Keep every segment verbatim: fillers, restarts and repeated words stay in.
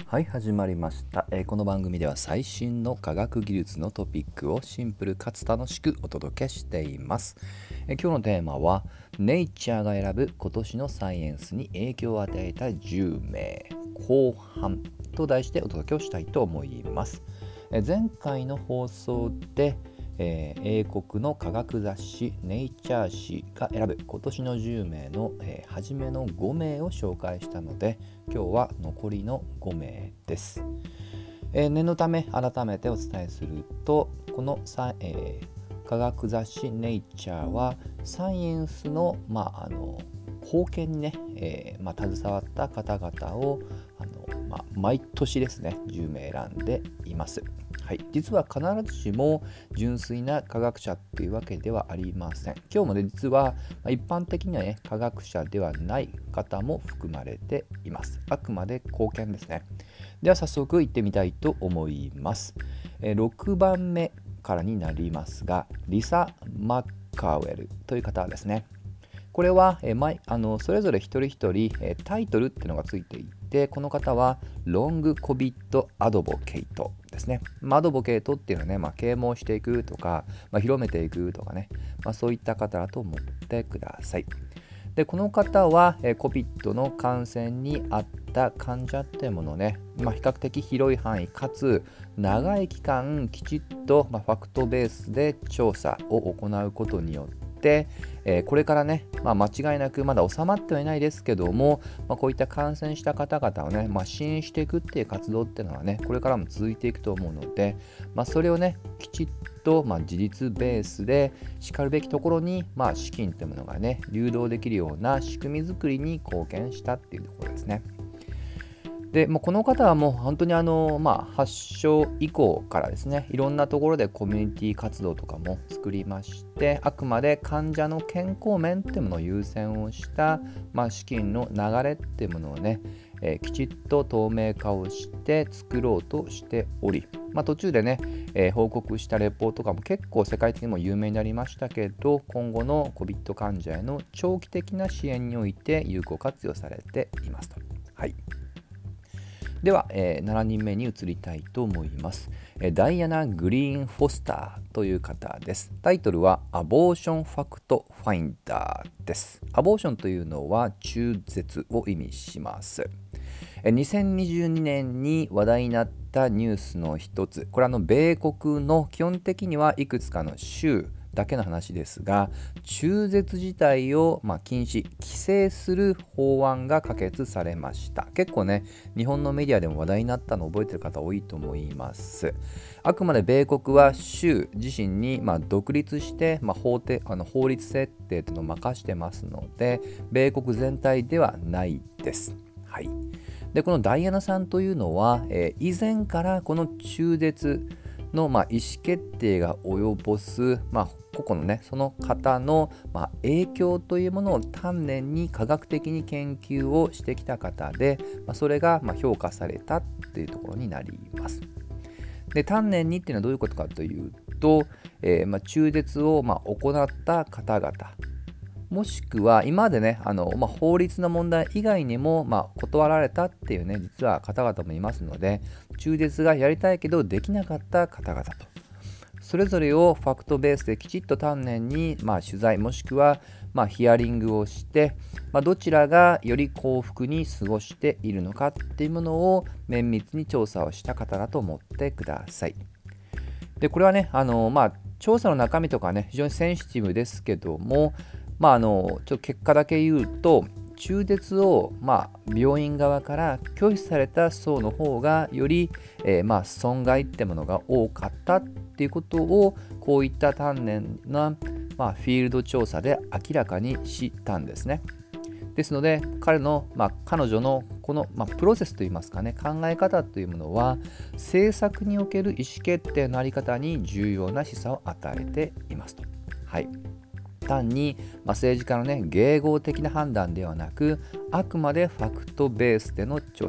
はい、始まりました、えーこの番組では最新の科学技術のトピックをシンプルかつ楽しくお届けしています。えー今日のテーマはネイチャーが選ぶ今年のサイエンスに影響を与えたじゅうめい後半と題してお届けをしたいと思います。えー前回の放送でえー英国の科学雑誌ネイチャー誌が選ぶ今年のじゅうめいの、えー初めのごめいを紹介したので、今日は残りのごめいです。えー念のため改めてお伝えすると、このさ、えー科学雑誌ネイチャーはサイエンスの、まあ、あの貢献にね、えーまあ、携わった方々をあの、まあ、毎年ですねじゅうめい選んでいます。はい、実は必ずしも純粋な科学者っていうわけではありません。今日もね実はまあ一般的にはね科学者ではない方も含まれています。あくまで貢献ですね。では早速行ってみたいと思います。えーろくばんめからになりますが、リサ・マッカーウェルという方ですね。これは、えー毎あのそれぞれ一人一人、えータイトルっていうのがついていて、この方はロングコビットアドボケイトですね。まあアドボケイトっていうのはね、まあ、啓蒙していくとか、まあ、広めていくとかね、まあ、そういった方だと思ってください。でこの方は、えー、コビットの感染にあった患者っていうものをね、まあ、比較的広い範囲かつ長い期間きちっと、まあ、ファクトベースで調査を行うことによって、えーこれからね、まあ、間違いなくまだ収まってはいないですけども、まあ、こういった感染した方々をね、まあ、支援していくっていう活動っていうのはね、これからも続いていくと思うので、まあ、それをねきちっと、まあ、自立ベースでしかるべきところに、まあ、資金というものがね流動できるような仕組み作りに貢献したっていうところですね。でもうこの方はもう本当にあの、まあ、発症以降からですね、いろんなところでコミュニティ活動とかも作りまして、あくまで患者の健康面っていうものを優先をした、まあ、資金の流れっていうものをね、えーきちっと透明化をして作ろうとしており、まあ、途中でね、えー報告したレポートとかも結構世界的にも有名になりましたけど、今後の コビット 患者への長期的な支援において有効活用されていますと。はい。では、えーしちにんめに移りたいと思います。えーダイアナ・グリーン・フォスターという方です。タイトルはアボーション・ファクト・ファインダーです。アボーションというのは中絶を意味します。えーにせんにじゅうにねんに話題になったニュースの一つ、これはあの米国の基本的にはいくつかの州だけの話ですが、中絶自体をまあ禁止規制する法案が可決されました。結構ね日本のメディアでも話題になったのを覚えている方多いと思います。あくまで米国は州自身にまあ独立して、まあ、法定あの法律設定というのを任してますので、米国全体ではないです。はい。でこのダイアナさんというのは、えー以前からこの中絶の、まあ、意思決定が及ぼす、まあ、個々のねその方の、まあ、影響というものを丹念に科学的に研究をしてきた方で、まあ、それがまあ評価されたっていうところになります。で丹念にっていうのはどういうことかというと、えーまあ、中絶をまあ行った方々、もしくは今までねあの、まあ、法律の問題以外にも、まあ、断られたっていうね実は方々もいますので、中絶がやりたいけどできなかった方々と、それぞれをファクトベースできちっと丹念に、まあ、取材もしくは、まあ、ヒアリングをして、まあ、どちらがより幸福に過ごしているのかっていうものを綿密に調査をした方だと思ってください。でこれはねあの、まあ、調査の中身とかね非常にセンシティブですけども、まあ、あのちょっと結果だけ言うと、中絶を、まあ、病院側から拒否された層の方がより、えーまあ、損害ってものが多かったっていうことを、こういった丹念な、まあ、フィールド調査で明らかにしたんですね。ですので彼の、まあ、彼女のこの、まあ、プロセスといいますかね、考え方というものは政策における意思決定のあり方に重要な示唆を与えていますと。はい。単に、まあ、政治家のね迎合的な判断ではなく、あくまでファクトベースでの調査、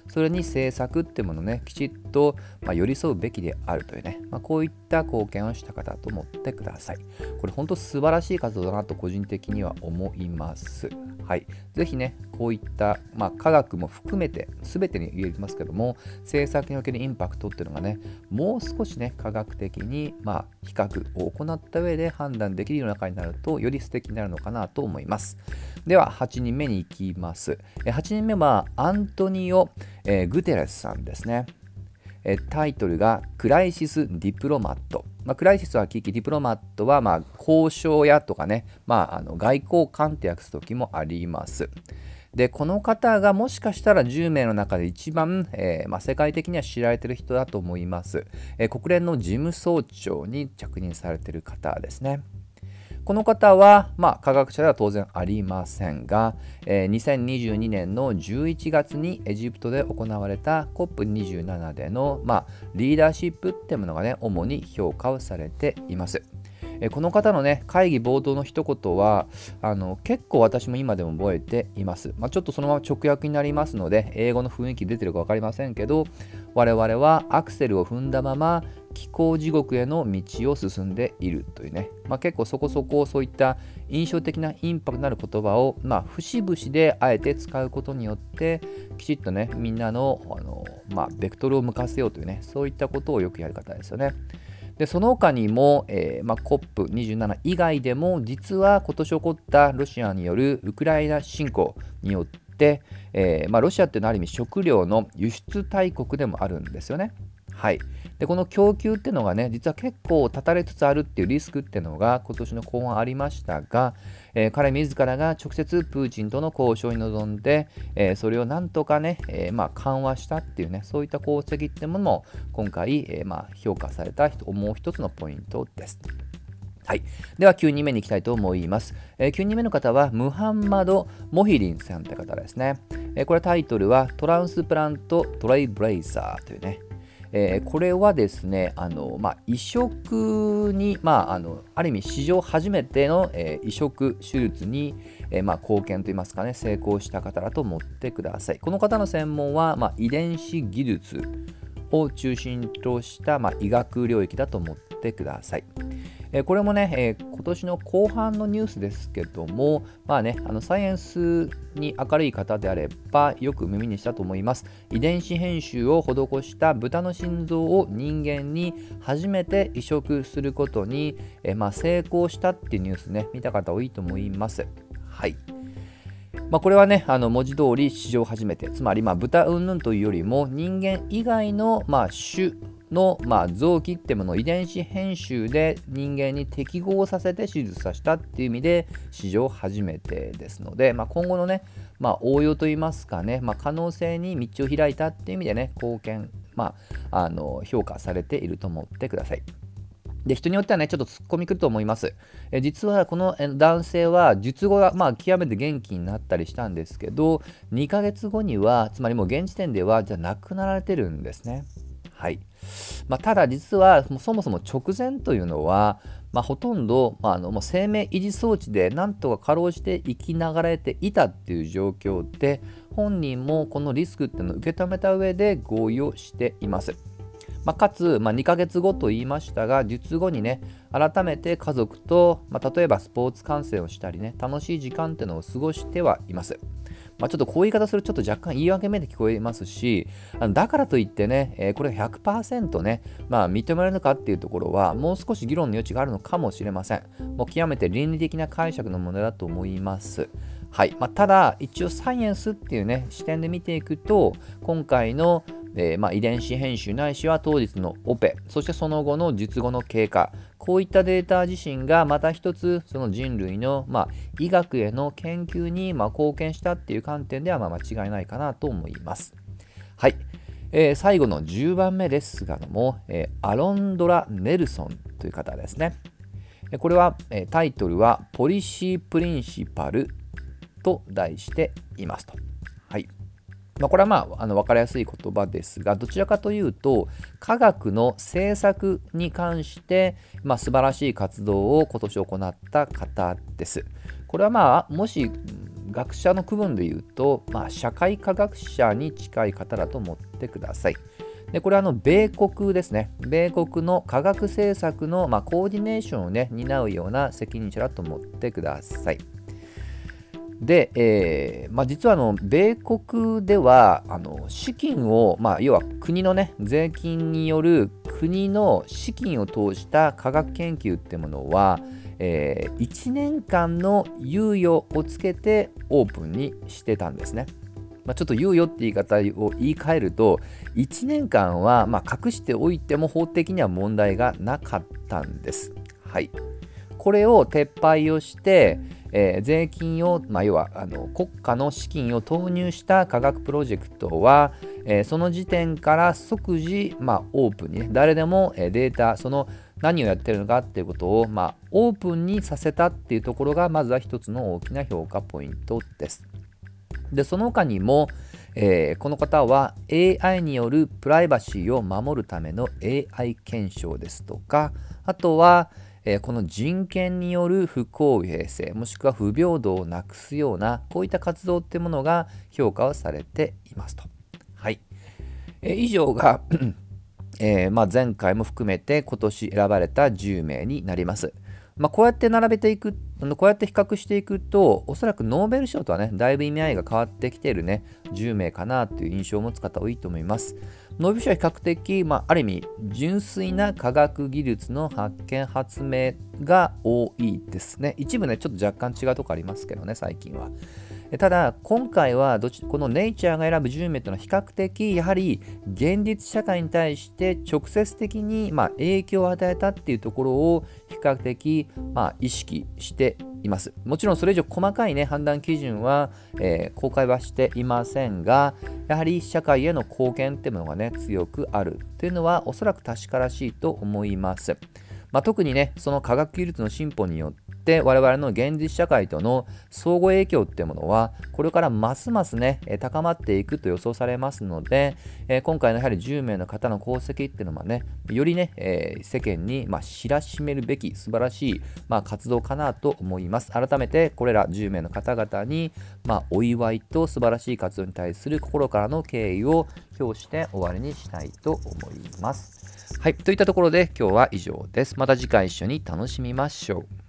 それに政策っていうものをねきちっと、まあ、寄り添うべきであるというね、まあ、こういった貢献をした方と思ってください。これ本当素晴らしい活動だなと個人的には思います。はい、ぜひねこういった、まあ、科学も含めて全てに言えますけども、政策におけるインパクトっていうのがねもう少しね科学的に、まあ、比較を行った上で判断できる世の中になるとより素敵になるのかなと思います。でははちにんめに行きます。はちにんめはアントニオ・えー、グテレスさんですね。タイトルがクライシス・ディプロマット。まあ、クライシスは危機、ディプロマットはまあ交渉屋とかね、まあ、あの外交官って訳す時もあります。で、この方がもしかしたらじゅうめいの中で一番、えーまあ、世界的には知られている人だと思います。えー、国連の事務総長に着任されている方ですね。この方は、まあ、科学者では当然ありませんが、えー、にせんにじゅうにねんのじゅういちがつにエジプトで行われた コップにじゅうなな での、まあ、リーダーシップってものがね、主に評価をされています。えー、この方のね、会議冒頭の一言は、あの結構私も今でも覚えています。まあ、ちょっとそのまま直訳になりますので、英語の雰囲気出てるか分かりませんけど、我々はアクセルを踏んだまま、気候地獄への道を進んでいるというね、まあ、結構そこそこそういった印象的なインパクトのある言葉を、まあ、節々であえて使うことによってきちっとねみんなの、あの、まあ、ベクトルを向かせようというねそういったことをよくやる方ですよね。でその他にも、えーまあ、コップにじゅうなな 以外でも実は今年起こったロシアによるウクライナ侵攻によって、えーまあ、ロシアっていうのはある意味食料の輸出大国でもあるんですよね。はい、でこの供給っていうのがね実は結構断たれつつあるっていうリスクっていうのが今年の後半ありましたが、えー、彼自らが直接プーチンとの交渉に臨んで、えー、それをなんとかね、えーまあ、緩和したっていうねそういった功績っていうものも今回、えーまあ、評価されたもう一つのポイントです。はい、ではきゅうにんめに行きたいと思います。えー、きゅうにんめの方はムハンマド・モヒリンさんって方ですね。えー、これタイトルはトランスプラント・トレイブレイザーというねえー、これはですねあの、まあ、移植に、まあ、あのある意味史上初めての、えー、移植手術に、えーまあ、貢献といいますかね成功した方だと思ってください。この方の専門は、まあ、遺伝子技術を中心とした、まあ、医学領域だと思ってください。えー、これもね、えー、今年の後半のニュースですけども、まあね、あのサイエンスに明るい方であればよく耳にしたと思います。遺伝子編集を施した豚の心臓を人間に初めて移植することに、えーまあ、成功したっていうニュースね、見た方多いと思います。はい。まあ、これはね、あの文字通り史上初めて、つまりまあ豚云々というよりも人間以外のまあ種のまあ臓器ってものを遺伝子編集で人間に適合させて手術させたっていう意味で史上初めてですので、まあ、今後のね、まあ、応用といいますかね、まあ、可能性に道を開いたっていう意味でね貢献、まあ、あの評価されていると思ってください。で人によってはねちょっと突っ込みくると思います。え実はこの男性は術後がまあ極めて元気になったりしたんですけどにかげつごにはつまりもう現時点ではじゃあ亡くなられてるんですね。はい。まあ、ただ実はもうそもそも直前というのは、まあ、ほとんど、まあ、あのもう生命維持装置でなんとかかろうじて生きながらえていたっていう状況で本人もこのリスクっていうのを受け止めた上で合意をしています。まあ、かつ、まあ、にかげつごと言いましたが術後にね改めて家族と、まあ、例えばスポーツ観戦をしたりね楽しい時間っていうのを過ごしてはいます。まあ、ちょっとこういう言い方するとちょっと若干言い訳めで聞こえますしあのだからといってね、えー、これが ひゃくパーセント ね、まあ、認められるのかっていうところはもう少し議論の余地があるのかもしれません。もう極めて倫理的な解釈の問題だと思います。はいまあ、ただ一応サイエンスっていうね視点で見ていくと今回のえーまあ、遺伝子編集ないしは当日のオペそしてその後の術後の経過こういったデータ自身がまた一つその人類の、まあ、医学への研究に、まあ、貢献したっていう観点ではまあ間違いないかなと思います。はい、えー、最後のじゅうばんめですがも、えー、アロンドラ・ネルソンという方ですね。これは、えー、タイトルはポリシー・プリンシパルと題していますと。はい。まあ、これはまあ、あの分かりやすい言葉ですがどちらかというと科学の政策に関して、まあ、素晴らしい活動を今年行った方です。これはまあもし学者の区分でいうと、まあ、社会科学者に近い方だと思ってください。でこれはあの米国ですね。米国の科学政策の、まあ、コーディネーションをね担うような責任者だと思ってください。で、えーまあ、実はあの米国ではあの資金を、まあ、要は国のね税金による国の資金を通した科学研究ってものは、えー、いちねんかんの猶予をつけてオープンにしてたんですね。まあ、ちょっと猶予って言い方を言い換えるといちねんかんはまあ隠しておいても法的には問題がなかったんです。はい、これを撤廃をして、えー、税金を、まあ、要はあの国家の資金を投入した科学プロジェクトは、えー、その時点から即時、まあ、オープンに、ね、誰でもデータその何をやってるのかっていうことを、まあ、オープンにさせたっていうところがまずは一つの大きな評価ポイントです。でその他にも、えー、この方は エーアイ によるプライバシーを守るための エーアイ 検証ですとか、あとは、えー、この人権による不公平性もしくは不平等をなくすようなこういった活動っていうものが評価をされていますと。はい、えー、以上が、えーまあ、前回も含めて今年選ばれたじゅうめいになります。まあ、こうやって並べていく、こうやって比較していくと、おそらくノーベル賞とはね、だいぶ意味合いが変わってきているね、じゅうめいかなという印象を持つ方多いと思います。ノーベル賞は比較的、まあ、ある意味、純粋な科学技術の発見、発明が多いですね。一部ね、ちょっと若干違うとこありますけどね、最近は。ただ今回はどちこのネイチャーが選ぶじゅうめいというのは比較的やはり現実社会に対して直接的にまあ影響を与えたっていうところを比較的まあ意識しています。もちろんそれ以上細かいね判断基準は、えー、公開はしていませんが、やはり社会への貢献っていうものがね強くあるというのはおそらく確からしいと思います。まあ、特にねその科学技術の進歩によって我々の現実社会との相互影響っていうものはこれからますますね高まっていくと予想されますので、えー、今回のやはりじゅうめいの方の功績っていうのはねよりね、えー、世間にまあ知らしめるべき素晴らしいまあ活動かなと思います。改めてこれらじゅうめいの方々にまあお祝いと素晴らしい活動に対する心からの敬意を表して終わりにしたいと思います。はい、といったところで今日は以上です。また次回一緒に楽しみましょう。